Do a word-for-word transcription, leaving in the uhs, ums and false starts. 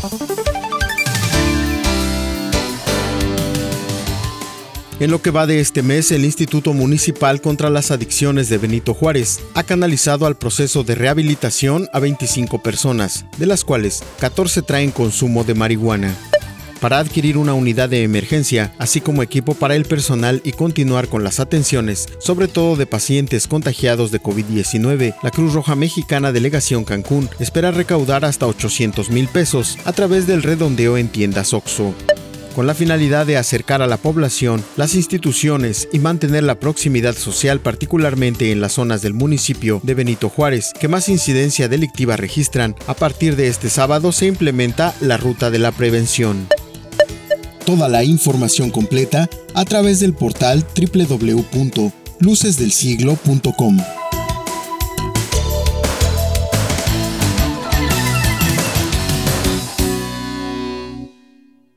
En lo que va de este mes, el Instituto Municipal contra las Adicciones de Benito Juárez ha canalizado al proceso de rehabilitación a veinticinco personas, de las cuales catorce traen consumo de marihuana. Para adquirir una unidad de emergencia, así como equipo para el personal y continuar con las atenciones, sobre todo de pacientes contagiados de COVID diecinueve, la Cruz Roja Mexicana Delegación Cancún espera recaudar hasta ochocientos mil pesos a través del redondeo en tiendas Oxxo, con la finalidad de acercar a la población, las instituciones y mantener la proximidad social, particularmente en las zonas del municipio de Benito Juárez, que más incidencia delictiva registran. A partir de este sábado se implementa la Ruta de la Prevención. Toda la información completa a través del portal doble u doble u doble u punto luces del siglo punto com.